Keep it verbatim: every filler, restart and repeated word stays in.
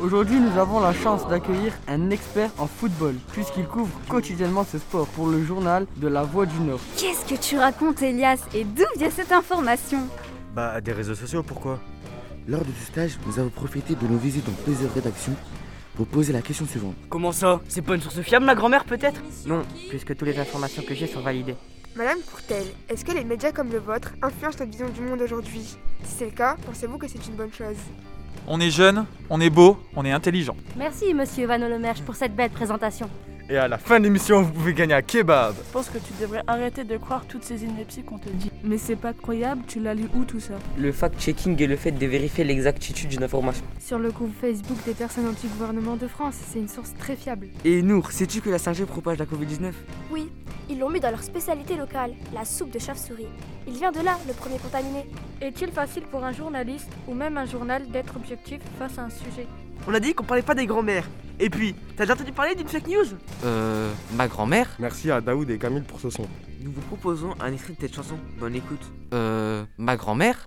Aujourd'hui, nous avons la chance d'accueillir un expert en football, puisqu'il couvre quotidiennement ce sport pour le journal de La Voix du Nord. Qu'est-ce que tu racontes, Elias? Et d'où vient cette information? Bah, des réseaux sociaux, pourquoi? Lors de ce stage, nous avons profité de nos visites dans plusieurs rédactions pour poser la question suivante. Comment ça? C'est pas une source fiable, ma grand-mère, peut-être? Non, puisque toutes les informations que j'ai sont validées. Madame Courtel, est-ce que les médias comme le vôtre influencent notre vision du monde aujourd'hui? Si c'est le cas, pensez-vous que c'est une bonne chose? On est jeune, on est beau, on est intelligent. Merci, monsieur Van Olemerge, pour cette belle présentation. Et à la fin de l'émission, vous pouvez gagner un kebab. Je pense que tu devrais arrêter de croire toutes ces inepties qu'on te dit. Mais c'est pas croyable, tu l'as lu où tout ça? Le fact-checking est le fait de vérifier l'exactitude d'une information. Sur le groupe Facebook des personnes anti-gouvernement de France, c'est une source très fiable. Et Nour, sais-tu que la cinq G propage la covid dix-neuf? Oui, ils l'ont mis dans leur spécialité locale, la soupe de chauve-souris. Il vient de là, le premier contaminé. Est-il facile pour un journaliste ou même un journal d'être objectif face à un sujet? On a dit qu'on parlait pas des grands-mères. Et puis, t'as déjà entendu parler d'une fake news? Euh... Ma grand-mère? Merci à Daoud et Camille pour ce son. Nous vous proposons un extrait de cette chanson. Bonne écoute. Euh... Ma grand-mère?